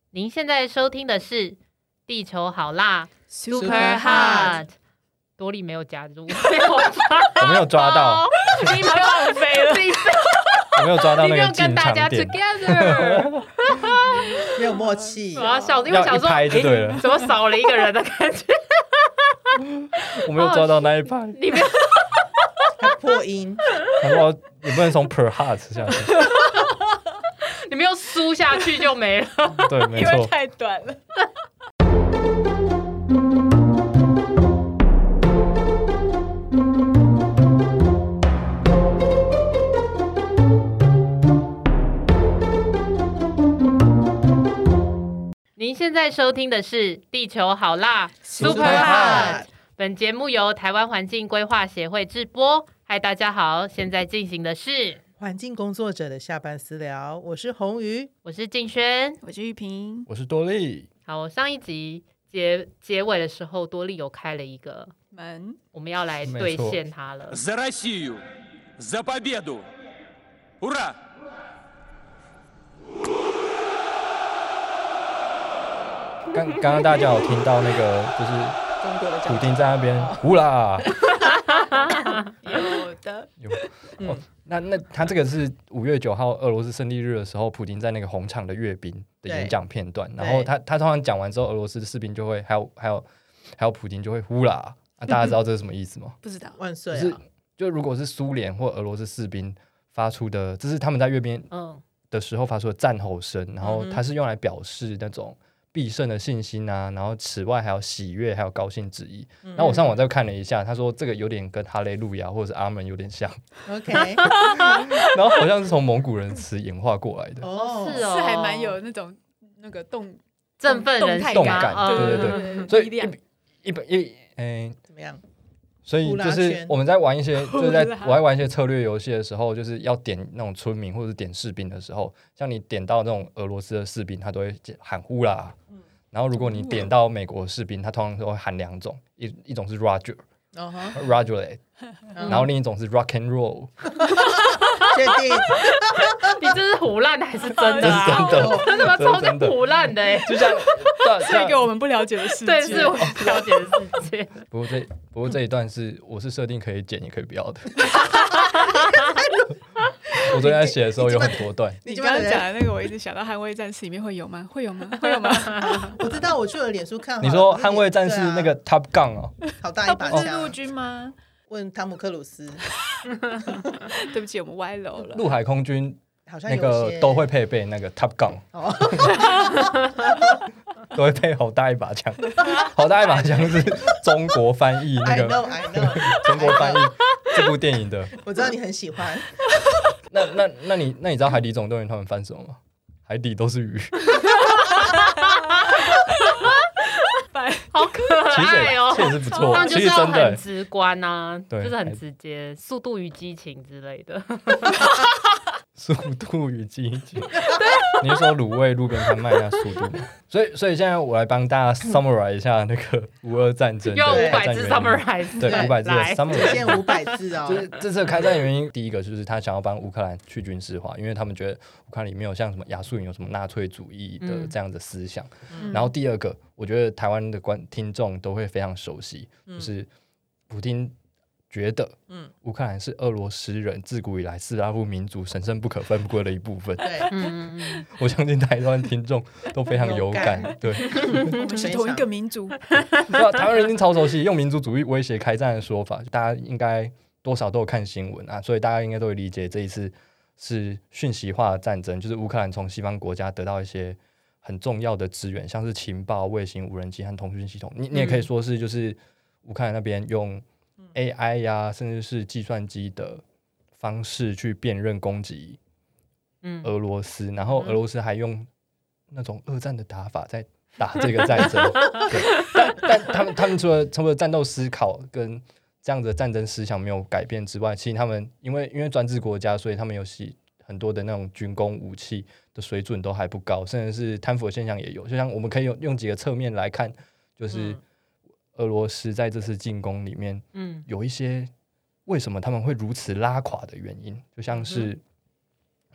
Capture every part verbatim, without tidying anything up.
您现在收听的是《地球好辣 Super Hot》，多莉没有加入， 我没有抓到， 你浪费了， 我没有抓到那个跟进大家场点， together， 没有默契。 我要笑，因为我想说， 要一拍就对了诶怎么少了一个人的感觉？ 我没有抓到那一拍， 你没有， 还破音， 然后也不能从 per heart 下去， 你没有输下去就没了。 对，没因为错。 太短了。 您现在收听的是《地球好辣 Super Hot》， Hot 本节目由台湾环境规划协会制播。嗨，大家好，现在进行的是， 环境工作者的下班私聊，我是红鱼。 我是静轩。 我是玉萍， 我是多利， 好，上一集结结尾的时候，多利有开了一个门我们要来兑现它了。 За Россию! За победу! Ура! 刚刚刚大家有听到那个，就是中国的普丁在那边呼啦， 有的， 有哦，那那他这个是五月九号俄罗斯胜利日的时候，普丁在那个红场的阅兵的演讲片段，然后他他通常讲完之后，俄罗斯的士兵就会还有还有还有普丁就会呼啦，啊，大家知道这是什么意思吗？ 不知道。 万岁就是啊！ 就如果是苏联或俄罗斯士兵发出的，这是他们在阅兵嗯， 的时候发出的战吼声，然后它是用来表示那种必胜的信心啊，然后此外还有喜悦，还有高兴之意。 嗯然后我上网再看了一下，他说这个有点跟哈雷路亚或者是阿门有点像， OK， 然后好像是从蒙古人词演化过来的。 哦， 是哦是还蛮有那种那个动振奋人心动态感嗯对对对所以力量一本一诶。 怎么样？ 所以就是我们在玩一些，就是在我在玩一些策略游戏的时候，就是要点那种村民或者点士兵的时候，像你点到那种俄罗斯的士兵，他都会喊呼啦。然后如果你点到美国的士兵，他通常都会喊两种，一一种是 Roger， 哦哈， Roger， 然后另一种是 Rock and Roll， 确定？ 你这是唬烂的还是真的啊？ 这是真的真的吗？ 这是超像真的唬烂的哎。 就像对是一个我们不了解的世界。 对，是我不了解的世界。 不过这不过这一段是我是设定可以剪也可以不要的。我昨天在写的时候有很多段， 你刚刚讲的那个，我一直想到《捍卫战士》里面会有吗？会有吗？会有吗？ 我知道，我去了脸书看好了。 你说捍卫战士对啊那个 Top Gun 哦， 好大他一把枪不是陆，军吗？ 问汤姆克鲁斯， 对不起，我们歪楼了。 陆海空军那好像有些个都会配备那个 Top Gun， 哦， 都会配好大一把枪，好大一把枪是中国翻译那 I 个 know, I know， 中国翻译这部电影的。 我知道你很喜欢。 那那那你那你知道《海底总动员》他们翻什么吗？海底都是鱼， 好可其实也爱哦、 其实也是不错他，们就是要其实真的很直观啊， 对就是很直接，《速度与激情》之类的。 速度与激情。你是说卤味路边摊卖那速度吗？所以所以现在我来帮大家 summarize 一下那个乌俄战争的用五百开战字原因。 summarize， 对，五百字的来 summary。 只限五百字哦。 就是这次开战的原因，第一个就是他想要帮乌克兰去军事化，因为他们觉得乌克兰里面有像什么亚速营有什么纳粹主义的嗯这样的思想。 嗯然后第二个，我觉得台湾的观听众都会非常熟悉，就是普丁觉得， 嗯乌克兰是俄罗斯人自古以来斯拉夫民族神圣不可分割的一部分。 对， 嗯嗯嗯， 我相信台湾听众都非常有感， 有对， 我们是同一个民族。 对啊，台湾人一定超熟悉用民族主义威胁开战的说法，大家应该多少都有看新闻啊，所以大家应该都会理解这一次是讯息化的战争，就是乌克兰从西方国家得到一些很重要的资源，像是情报、卫星、无人机和通讯系统。你你也可以说是就是乌克兰那边用 A I 呀、啊，甚至是计算机的方式去辨认攻击嗯俄罗斯，然后俄罗斯还用那种二战的打法在打这个战争。对，但但他们他们除了除了战斗思考跟这样子的战争思想没有改变之外，其实他们因为因为专制国家，所以他们有很多的那种军工武器的水准都还不高，甚至是贪腐的现象也有。就像我们可以用用几个侧面来看，就是俄罗斯在这次进攻里面， 嗯有一些为什么他们会如此拉垮的原因，就像是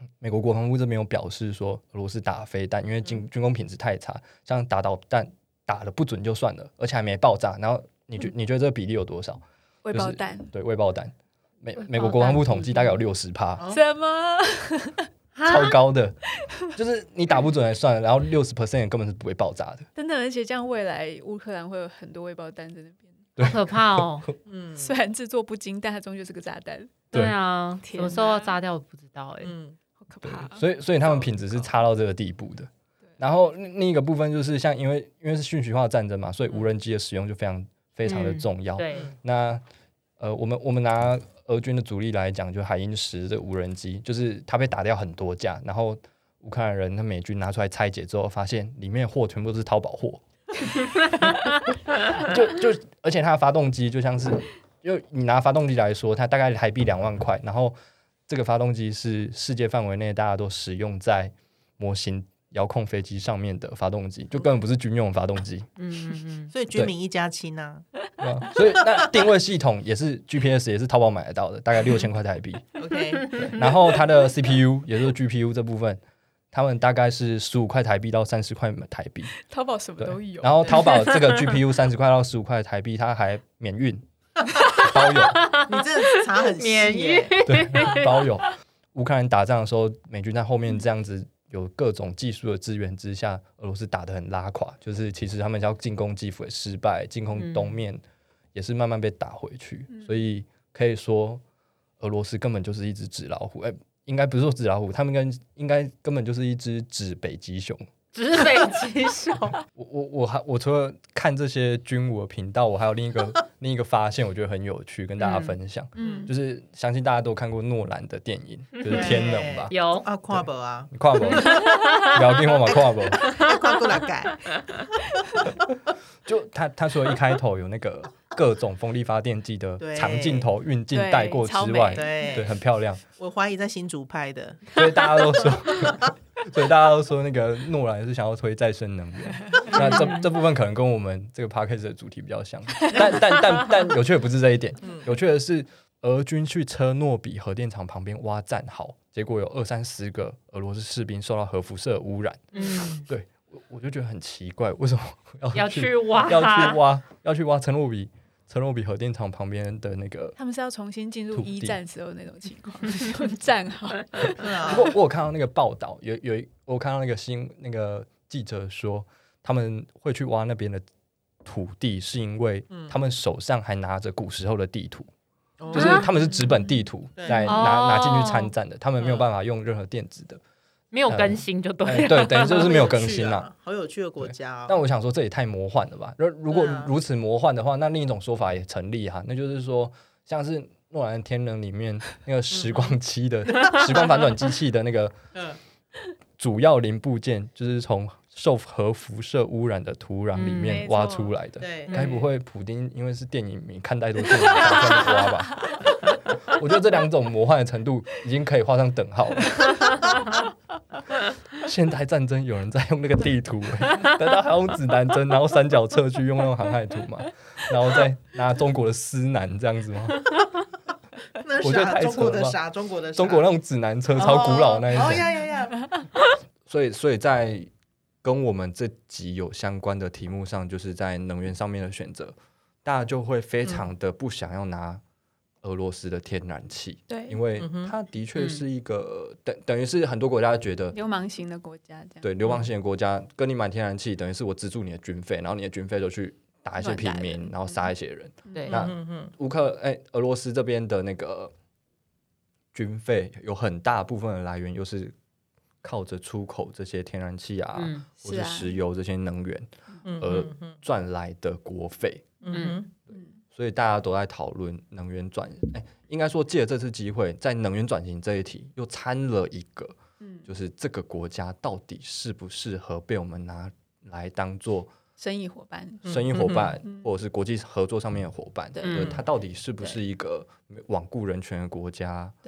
美国国防部这边有表示说，俄罗斯打飞弹，因为军、嗯、军工品质太差，像打导弹打了不准就算了，而且还没爆炸。然后你觉、嗯、你觉得这个比例有多少？ 未爆弹、 就是、对未爆弹，美美国国防部统计大概有六十趴， 什么？ 超高的，就是你打不准还算了，然后六十 percent 根本是不会爆炸的。 真的，而且这样未来乌克兰会有很多未爆弹在那边，好可怕哦。 嗯，虽然制作不精，但它终究是个炸弹。 对啊，什么时候炸掉我不知道哎、欸， 嗯，好可怕、啊。 所以所以他们品质是差到这个地步的。然后另一个部分就是像因为因为是讯息化战争嘛，所以无人机的使用就非常非常的重要。 嗯、对， 那呃我们我们拿俄军的主力来讲，就海鹰十的无人机，就是它被打掉很多架，然后乌克兰人、他美军拿出来拆解之后，发现里面的货全部都是淘宝货，就就而且它的发动机就像是，因为你拿发动机来说，它大概台币两万块，然后这个发动机是世界范围内大家都使用在模型遥控飞机上面的发动机，就根本不是军用的发动机。 嗯嗯嗯， 所以军民一家亲啊。 啊、所以那定位系统也是 G P S 也是淘宝买得到的，大概六千块台币。 OK， 然后它的 C P U 也就是 G P U 这部分，他们大概是十五块台币到三十块台币。 淘宝什么都有。 然后淘宝这个 G P U 三十块到十五块台币，它还免运，包邮。 你这个查很免运， 对，包邮。乌克兰打仗的时候，美军在后面这样子。有各种技术的资源之下，俄罗斯打得很拉垮，就是其实他们要进攻基辅也失败，进攻东面也是慢慢被打回去，嗯、所以可以说俄罗斯根本就是一只纸老虎，哎、欸，应该不是说纸老虎，他们应该应该根本就是一只纸北极熊。 纸北极熊。 我我我还我除了看这些军武的频道，我还有另一个另一个发现，我觉得很有趣，跟大家分享。嗯，就是相信大家都看过诺兰的电影，就是《天能》吧？ 有啊，看过啊， 你看过？不要跟我嘛，看过。 看过来改。 就他他除了一开头有那个各种风力发电机的长镜头运镜带过之外， 对， 对，很漂亮。 我怀疑在新竹拍的， 所以大家都说。所以大家都说那个诺兰是想要推再生能源，那这这部分可能跟我们这个 podcast 的主题比较像，但但但但有趣的不是这一点，有趣的是俄军去车诺比核电厂旁边挖战壕，结果有二三十个俄罗斯士兵受到核辐射污染。嗯，对，我我就觉得很奇怪，为什么要去要去挖要去挖要去挖车诺比？车诺比核电厂旁边的那个， 他们是要重新进入一战时候那种情况，战好。 不过我有看到那个报道，有有我有看到那个新那个记者说，他们会去挖那边的土地，是因为他们手上还拿着古时候的地图，嗯、就是他们是纸本地图在拿、哦、拿进去参战的，他们没有办法用任何电子的。 没有更新就对了、 呃，对，等于就是没有更新啦、 啊。好有趣的国家哦！ 但我想说，这也太魔幻了吧？如果如此魔幻的话，那另一种说法也成立哈，那就是说，像是诺兰的《天能》里面那个时光机的时光反转机器的那个主要零部件，就是从受核辐射污染的土壤里面挖出来的。 对、嗯， 该不会普丁因为是电影迷，看太多电影才这样挖吧？我觉得这两种魔幻的程度已经可以画上等号了。现代战争有人在用那个地图，难道还用指南针，然后三角测距用那种航海图嘛？然后再拿中国的思南这样子吗？我觉得太扯了吧！ 中国的中国那种指南车超古老的那一种。 哦呀呀呀！ 所以，所以在跟我们这集有相关的题目上，就是在能源上面的选择，大家就会非常的不想要拿俄罗斯的天然气， 对， 因为它的确是一个、嗯、等等于是很多国家觉得流氓型的国家，这样对流氓型的国家跟你买天然气，等于是我资助你的军费，然后你的军费就去打一些平民，然后杀一些人。 对， 那乌克哎、欸、俄罗斯这边的那个军费有很大部分的来源又是靠着出口这些天然气啊，嗯、或是石油这些能源、嗯、而赚来的国费。嗯，嗯所以大家都在讨论能源转，哎，应该说借着这次机会，在能源转型这一题又掺了一个、嗯，就是这个国家到底适不适合被我们拿来当做生意伙伴、 生意伙伴、嗯、或者是国际合作上面的伙伴， 对， 就是它到底是不是一个罔顾人权的国家？ 对，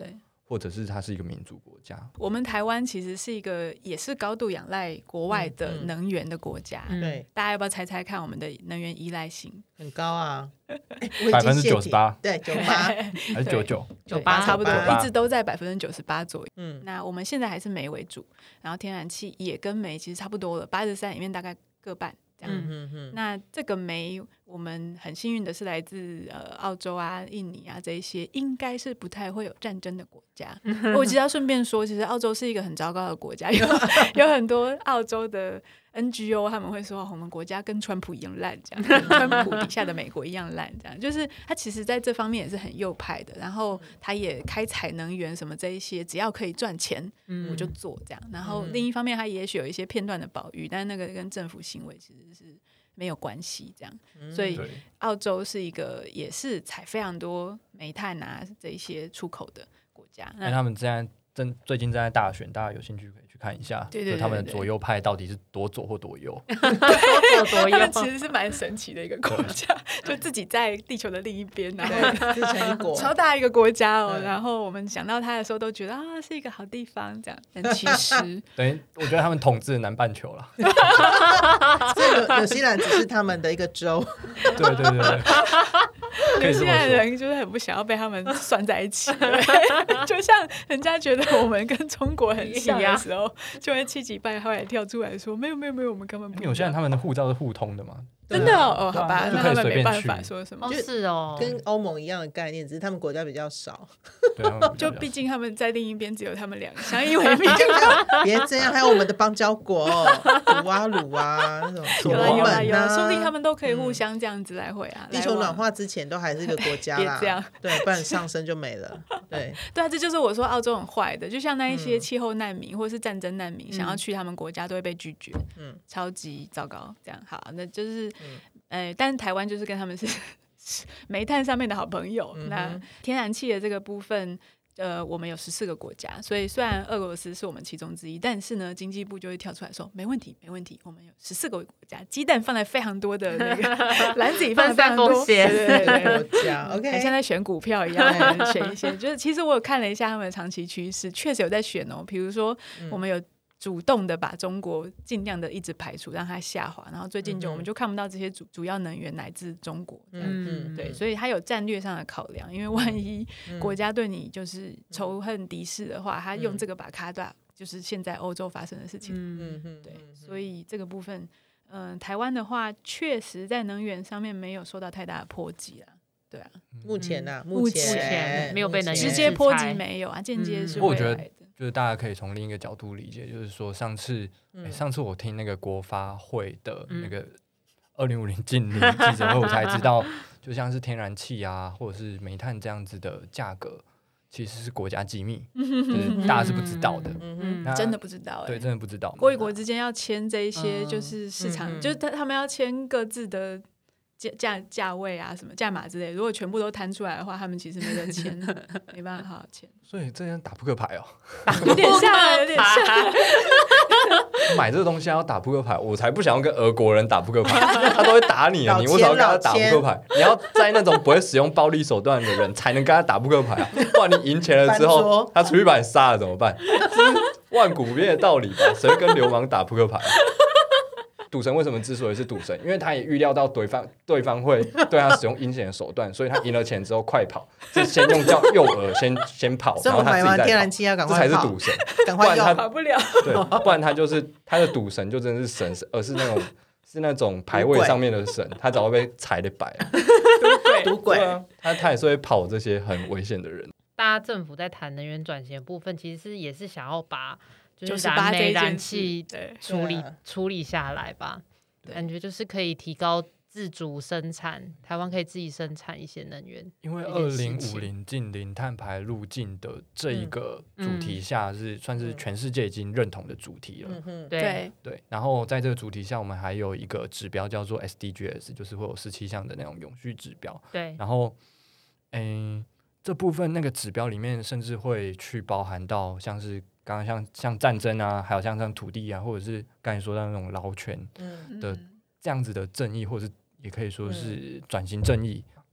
或者是它是一个民主国家？ 我们台湾其实是一个也是高度仰赖国外的嗯嗯能源的国家， 嗯对， 大家要不要猜猜看我们的能源依赖性？ 很高啊， 百分之九十八， 对，九八， 还是九九？ 九八差不多 98 一直都在百分之九十八左右。 嗯， 那我们现在还是煤为主，然后天然气也跟煤其实差不多了，八十三里面大概各半这样。 嗯嗯嗯， 那这个煤，我们很幸运的是来自呃澳洲啊、印尼啊这一些，应该是不太会有战争的国家。我其实要顺便说，其实澳洲是一个很糟糕的国家，有有很多澳洲的 N G O 他们会说，我们国家跟川普一样烂，这样跟川普底下的美国一样烂，这样就是他其实在这方面也是很右派的，然后他也开采能源什么这一些，只要可以赚钱， 嗯我就做这样。然后另一方面，他也许有一些片段的保育，但是那个跟政府行为其实是没有关系，这样。所以对， 澳洲是一个也是采非常多煤炭啊这一些出口的国家。 因为他们现在正最近正在大选，大家有兴趣可以去看一下， 对对对就他们的对左右派到底是多左或多右。 有多他们用？ 其实是蛮神奇的一个国家，就自己在地球的另一边，然后对，自成一国， 超大一个国家哦。 对然后我们想到它的时候，都觉得啊是一个好地方，这样。但其实等于我觉得他们统治南半球了。 所以纽纽西兰只是他们的一个州， 对对对对，可以这现在么说。 人就是很不想要被他们算在一起，对就像人家觉得我们跟中国很像的时候，就会气急败坏地跳出来说没有没有没有，我们根本不一样。 纽西兰他们的护照是互通的嘛？ 真的哦，哦对啊好吧， 就可以那他们没随便去办法说什么哦，。是哦， 跟欧盟一样的概念，只是他们国家比较少。 对，他们比较就毕竟他们在另一边只有他们两个相依为命。 别这样，还有我们的邦交国，鲁啊鲁啊那种所有啦罗有啦有啦， 门啊， 说不定他们都可以互相这样子来回啊。 地球来往暖化之前都还是一个国家啦， 别这样， 对，不然上升就没了。对， 对啊，这就是我说澳洲很坏的，就像那一些嗯气候难民或者是战争难民，想要去他们国家都会被拒绝， 嗯超级糟糕。这样好，那就是， 嗯呃，但是台湾就是跟他们是煤炭上面的好朋友。 嗯哼那天然气的这个部分。呃，我们有十四个国家，所以虽然俄罗斯是我们其中之一，但是呢，经济部就会跳出来说，没问题，没问题，我们有十四个国家，鸡蛋放在非常多的那个篮子里，放在非常多， 分散风险对对对对国家很像 ，OK， 在选股票一样，选一些。就是其实我有看了一下他们的长期趋势，确实有在选哦。比如说，我们有主动的把中国尽量的一直排除，让它下滑。然后最近就嗯哼我们就看不到这些主主要能源来自中国。嗯， 嗯对，所以它有战略上的考量，因为万一国家对你就是仇恨敌视的话，他用这个把卡断，就是现在欧洲发生的事情。 嗯， 嗯对，所以这个部分，嗯、台湾的话，确实在能源上面没有受到太大的波及啦。对啊， 目前呐， 目前前没有被能源直接波及没有啊，间接是不过我觉得会来的。 就是大家可以从另一个角度理解，就是说上次，欸、上次我听那个国发会的那个二零五零净零记者会，我才知道，就像是天然气啊，或者是煤炭这样子的价格，其实是国家机密，就是大家是不知道的。 嗯那真的不知道哎、 对，真的不知道。 国与国之间要签这一些， 嗯就是市场， 嗯嗯就是他他们要签各自的价价价位啊，什么价码之类。如果全部都摊出来的话，他们其实没得签，没办法好好签。 所以这样打扑克牌哦， 有点像，有点像。 买这个东西要打扑克牌，我才不想要跟俄国人打扑克牌，他都会打你啊！ 老你为什么要跟他千打扑克牌？你要在那种不会使用暴力手段的人才能跟他打扑克牌啊！不然你赢钱了之后翻桌， 他出去把你杀了怎么办？这是万古不变的道理吧？谁会跟流氓打扑克牌？赌神为什么之所以是赌神？因为他也预料到对方对方会对他使用阴险的手段，所以他赢了钱之后快跑，是先用叫诱饵先先跑， 所以然后他我买完自己再跑， 天然气要赶这才快跑， 是赌神。 赶快不然他用。 跑不了。 对，不然他就是他的赌神就真的是神，而是那种是那种牌位上面的神，他早就被踩的白了。 赌鬼对，啊，他他也是会跑这些很危险的人。 大家政府在谈能源转型的部分，其实是也是想要把就是九十八燃煤、 这一件事燃气对处理对啊处理下来吧。 对感觉就是可以提高自主生产，台湾可以自己生产一些能源。 因为这二零件事情五零近零碳排路径的这一个主题嗯下，是算是全世界已经认同的主题了。 嗯哼， 对， 对， 对，然后在这个主题下，我们还有一个指标叫做 S D Gs， 就是会有十七项的那种永续指标。 对， 然后，诶，这部分那个指标里面，甚至会去包含到像是刚刚像像战争啊，还有像像土地啊，或者是刚才说到那种劳权嗯的嗯这样子的正义，或者是也可以说是转型正义。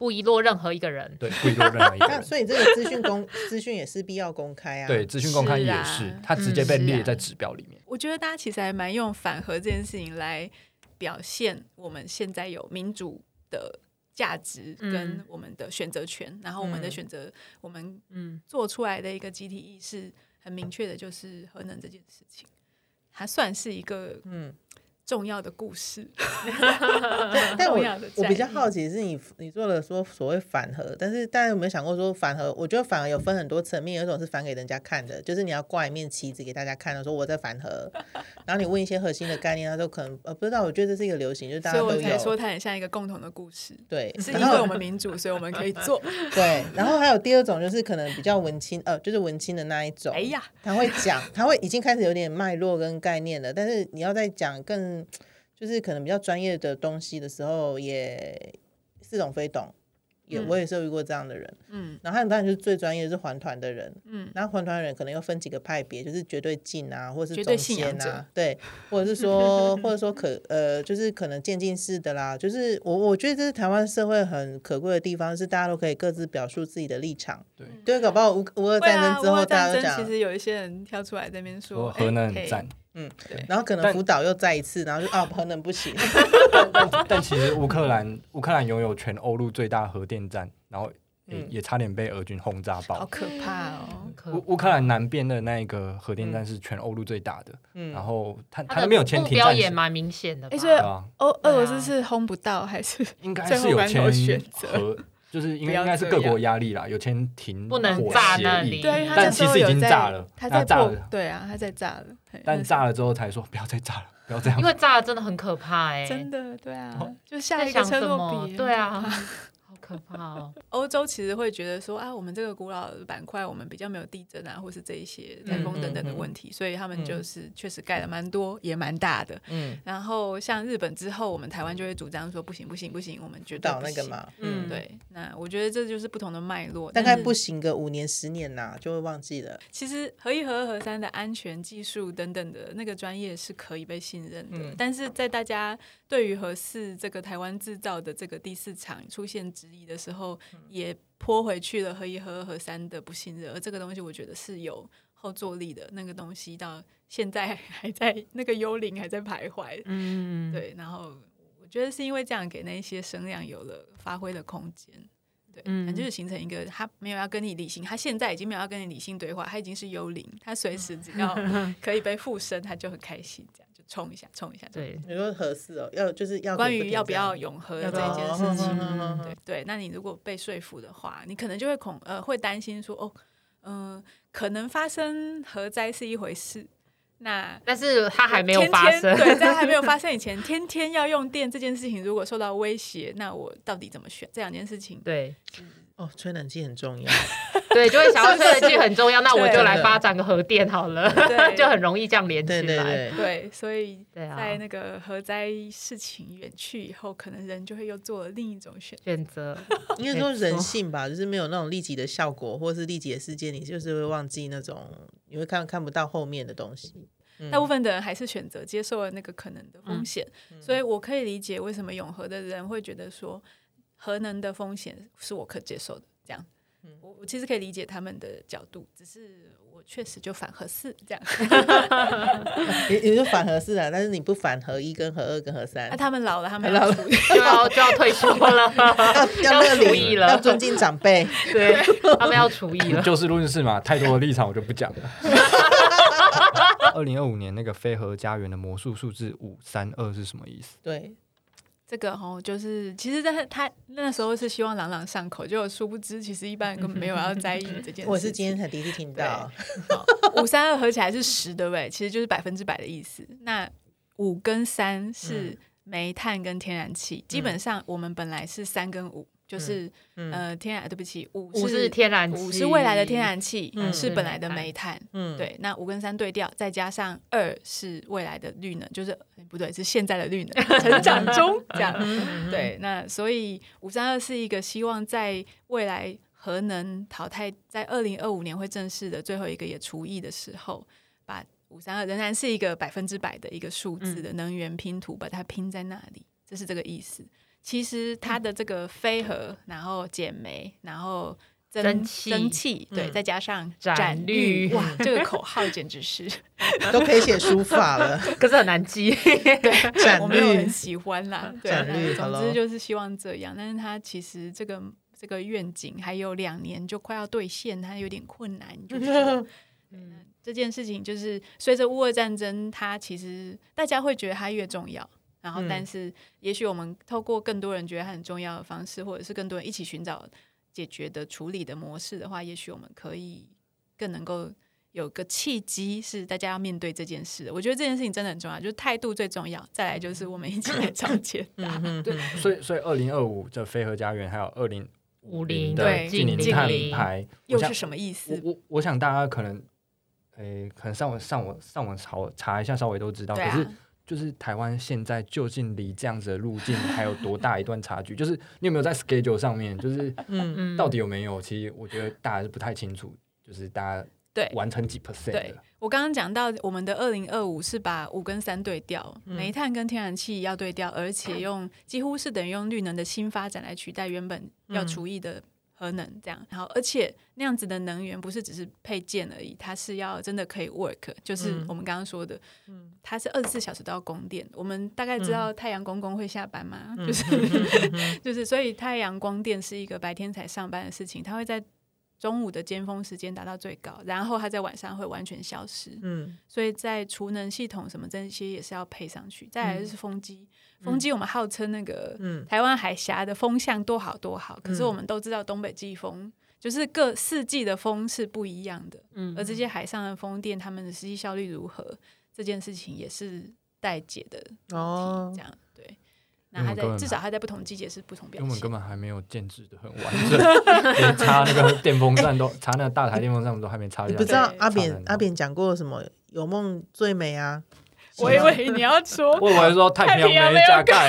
不遗落任何一个人。 对，不遗落任何一个那人。 所以这个资讯公资讯也是必要公开啊。 对，资讯公开也是啊是，它直接被嗯列在指标里面。 我觉得大家其实还蛮用反核这件事情来表现我们现在有民主的价值跟我们的选择权，嗯、然后我们的选择，我们做出来的一个集体意识很明确的，就是核能这件事情，它算是一个嗯重要的故事。 但但我重要的我比较好奇是你你做了说所谓反核，但是大家有没有想过说反核？我觉得反核有分很多层面，有一种是反给人家看的，就是你要挂一面旗子给大家看的，说我在反核，然后你问一些核心的概念，他都可能呃不知道。我觉得这是一个流行，就是大家都有。 所以我才说它很像一个共同的故事。 对， 是因为我们民主，所以我们可以做。 对，然后还有第二种就是可能比较文青，呃，就是文青的那一种。 哎呀， 他会讲，他会已经开始有点脉络跟概念了，但是你要再讲更就是可能比较专业的东西的时候，也似懂非懂。也、嗯、我也是有遇过这样的人，嗯，然后还有当然就是最专业的是环团的人，嗯，然后环团的人可能又分几个派别，就是绝对禁啊，或者是中间啊，对，或者是说，或者说可呃，就是可能渐进式的啦，就是我我觉得这是台湾社会很可贵的地方，是大家都可以各自表述自己的立场，对，对，搞不好乌乌俄战争之后， 啊、 大家都讲， 其实有一些人跳出来在那边说核能很赞。 嗯，对，然后可能福岛又再一次，然后就啊，核能不行。 但, 但, 但其实乌克兰乌克兰拥有全欧陆最大核电站，然后也,、嗯、也差点被俄军轰炸爆， 好可怕哦！ 乌乌克兰南边的那个核电站是全欧陆最大的，嗯、然后它它那边有签停战， 目标也蛮明显的吧？ 哎、欸，所以俄俄罗斯是轰不到，还是应该是有签核？就是应该应该是各国压力啦，有签停不能炸那里， 对， 但其实已经炸了， 他在炸了， 对啊，他在炸了， 但炸了之后才说不要再炸了，不要这样， 因为炸了真的很可怕哎、欸， 真的，对啊，哦、就下一个车诺比， 对啊。可怕哦！ 欧洲其实会觉得说啊，我们这个古老的板块，我们比较没有地震啊，或是这一些台风等等的问题，嗯嗯嗯、所以他们就是确实盖了蛮多，也蛮大的。嗯，然后像日本之后，我们台湾就会主张说不行不行不行，我们绝对不行。 那个嘛， 嗯，对。那我觉得这就是不同的脉络， 大概不行个五年十年呐、啊，就会忘记了。 其实核一、核二、核三的安全技术等等的那个专业是可以被信任的，嗯、但是在大家对于核四这个台湾制造的这个第四厂出现质疑的时候，也泼回去了核一、核二、核三的不信任，而这个东西我觉得是有后坐力的，那个东西到现在还在那个幽灵还在徘徊，嗯，对，然后我觉得是因为这样给那些声量有了发挥的空间，对，嗯，就是形成一个他没有要跟你理性，他现在已经没有要跟你理性对话，他已经是幽灵，他随时只要可以被附身，他就很开心，这样就冲一下，冲一下， 对， 你说核四哦，要就是要关于要不要永和的这一件事情， 哦、 对对，那你如果被说服的话，你可能就会恐呃会担心说，哦，嗯、呃，可能发生核灾是一回事。那但是它还没有发生， 天天对，在它还没有发生以前，天天要用电这件事情，如果受到威胁，那我到底怎么选？这两件事情， 对， 哦，吹冷气很重要， 对，就会想要吹冷气很重要，那我就来发展个核电好了，就很容易这样连起来， 对对对对，所以在那个核灾事情远去以后，可能人就会又做了另一种选选择， 应该说人性吧，就是没有那种立即的效果，或是立即的事件，你就是会忘记那种，你会看看不到后面的东西。 大部分的人还是选择接受了那个可能的风险，嗯、所以我可以理解为什么永和的人会觉得说核能的风险是我可接受的。这样，嗯、我我其实可以理解他们的角度，只是我确实就反核四这样。 你你就反核四啊，但是你不反核一跟核二跟核三。 那、啊、他们老了，他们要除就要就要退休了， 要要除役了， 要尊敬长辈。 对，他们要除役了。 就事论事嘛，太多的立场我就不讲了。二零二五年那个非核家园的魔术数字五三二是什么意思？ 对， 这个齁就是其实在他那时候是希望朗朗上口，就殊不知其实一般人根本没有要在意这件事情。 我是今天才第一次听到。 五三二合起来是十，对不对？其实就是百分之百的意思。那五跟三是煤炭跟天然气，嗯、基本上我们本来是三跟五。就是、嗯、呃，天然对不起，五 是, 五是天然气， 五是未来的天然气，嗯、是本来的煤炭， 嗯， 对。那五跟三对调，再加上二是未来的绿能，就是不对，是现在的绿能，成长中这样。对，那所以五三二是一个希望在未来核能淘汰，在二零二五年会正式的最后一个也除役的时候，把五三二仍然是一个百分之百的一个数字的能源拼图，把它拼在那里，这是这个意思。 其实它的这个飞核，然后减煤，然后蒸蒸汽蒸汽，对， 嗯再加上展展绿绿，哇，这个口号简直是都可以写书法了。 可是很难记。 展我没有绿很喜欢啦。对， 展绿总好咯之就是希望这样，但是它其实这个这个愿景还有两年就快要兑现，它有点困难，就是说嗯，这件事情就是随着乌俄战争，它其实大家会觉得它越重要。然后， 嗯但是也许我们透过更多人觉得它很重要的方式，或者是更多人一起寻找解决的处理的模式的话，也许我们可以更能够有个契机，是大家要面对这件事的。我觉得这件事情真的很重要，就是态度最重要，再来就是我们一起来找解答。 对，所以所以二零二五这飞核家园还有二零五零的对近零近碳零排，我想又是什么意思？ 我我我想大家可能，诶、可能上网上网上网查查一下，稍微都知道。 对啊可是就是台湾现在究竟离这样子的路径还有多大一段差距？就是你有没有在 schedule 上面，就是嗯到底有没有？其实我觉得大家是不太清楚，就是大家对完成几 percent 对的。 我刚刚讲到，我们的二零二五是把五跟三对调， 嗯煤炭跟天然气要对调，而且用几乎是等于用绿能的新发展来取代原本要除役的核能，这样。然后，而且那样子的能源不是只是配件而已，它是要真的可以 work，就是我们刚刚说的，它是二十四小时都要供电。我们大概知道太阳公公会下班吗？ 嗯就是就是，所以太阳光电是一个白天才上班的事情，它会在中午的尖峰时间达到最高，然后它在晚上会完全消失。 嗯所以在储能系统什么这些也是要配上去。再来就是风机， 嗯风机我们号称那个嗯台湾海峡的风向多好多好，可是我们都知道东北季风就是各四季的风是不一样的， 嗯而这些海上的风电它们的实际效率如何，这件事情也是待解的题， 哦这样对。那它因为我们根本在至少它在不同季节是不同表现因为我们根。本还没有建制的很完整，连插那个电风扇都插那个大台电风扇，我们都还没插下去。 你不知道对阿差得很扁阿扁讲过什么？有梦最美啊！ 我以为你要说我以为说太平洋没加盖，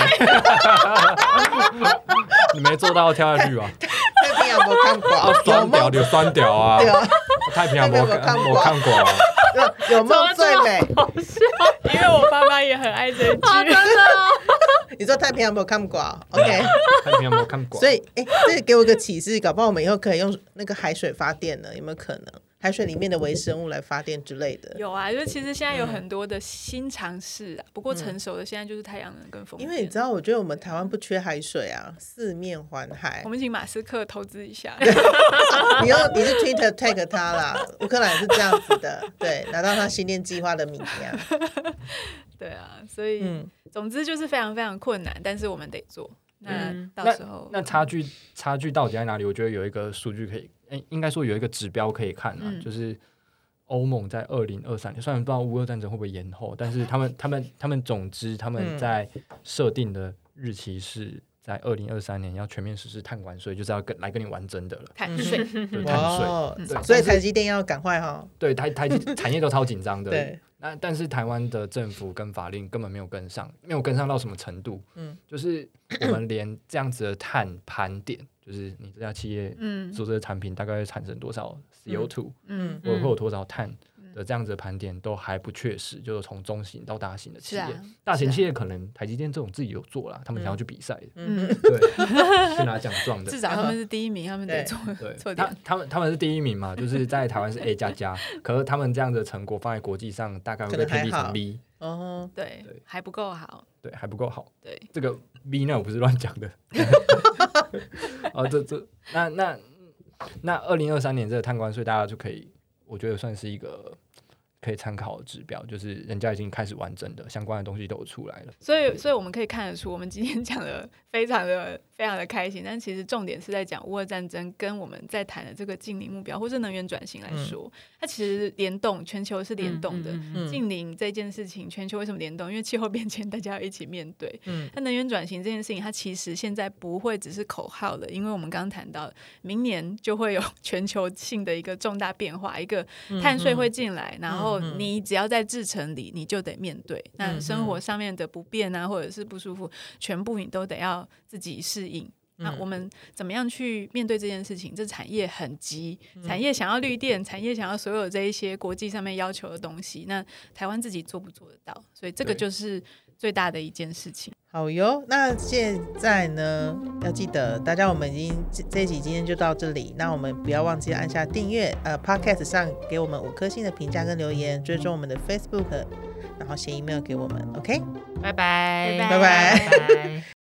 你没做到跳下去吧？ 太平洋我看过， 啊， 有酸屌梦有酸屌啊！ 对啊， 太平洋我太平洋我看过啊， 有有梦最美。 因为我爸妈也很爱这一句。 啊，真的哦， 你说太平洋没有看过啊？OK， 太平洋我看过。 所以哎，这个给我一个启示，搞不好我们以后可以用那个海水发电呢？有没有可能？海水里面的微生物来发电之类的？ 有啊，就是其实现在有很多的新尝试啊，不过成熟的现在就是太阳能跟风电。 因为你知道，我觉得我们台湾不缺海水啊，四面环海我。们请马斯克投资一下。 你要你是 Twitter tag 他啦，乌克兰也是这样子的，对，拿到他新年计划的名额。 对啊，所以、 嗯总之就是非常非常困难，但是我们得做。那嗯到时候那差距差距到底在哪里？我觉得有一个数据可以，诶应该说有一个指标可以看啊， 嗯就是欧盟在二零二三年，虽然不知道乌俄战争会不会延后，但是他们他们他们总之他们嗯在设定的日期是在二零二三年要全面实施碳关税，就是要跟来跟你玩真的了， 碳税， 就是碳税。 哦对所以台积电要赶快哈。 对台台积产业都超紧张的， 对， 那但是台湾的政府跟法令根本没有跟上，没有跟上到什么程度？ 嗯就是我们连这样子的碳盘点，就是你这家企业嗯做这个产品大概会产生多少 C O 二， 嗯， 或者会有多少碳的这样子的盘点都还不确实，就是从中型到大型的企业， 是啊， 大型企业可能台积电这种自己有做啦，他们想要去比赛的， 嗯， 对，去拿奖状的至。少他们是第一名，他们得对做对做， 他点。 他们他们是第一名嘛，就是在台湾是 A 加加，可是他们这样的成果放在国际上，大概会被可能还好偏低成 B， 哦， 对对， 还不够好。 对，还不够好。 对， 这个 B 那我不是乱讲的。哦，这这那那那二零二三年这个碳关税，大家就可以，我觉得算是一个可以参考的指标，就是人家已经开始完整的相关的东西都有出来了。 所以，所以我们可以看得出，我们今天讲的非常的非常的开心，但其实重点是在讲乌俄战争跟我们在谈的这个净零目标，或是能源转型来说，它其实联动，全球是联动的。 嗯嗯嗯嗯净零这件事情，全球为什么联动？因为气候变迁，大家要一起面对。 嗯那能源转型这件事情，它其实现在不会只是口号了，因为我们刚刚谈到，明年就会有全球性的一个重大变化，一个碳税会进来，然后你只要在制程里，你就得面对。那生活上面的不便啊，或者是不舒服，全部你都得要自己适应。那我们怎么样去面对这件事情？这产业很急，产业想要绿电，产业想要所有这一些国际上面要求的东西，那台湾自己做不做得到？所以这个对就是最大的一件事情。 好哟，那现在呢，要记得大家，我们已经这这一集今天就到这里。那我们不要忘记按下订阅，呃 ，Podcast 上给我们五颗星的评价跟留言，追踪我们的 Facebook，然后写 email 给我们 ，OK， 拜拜， 拜拜拜拜拜。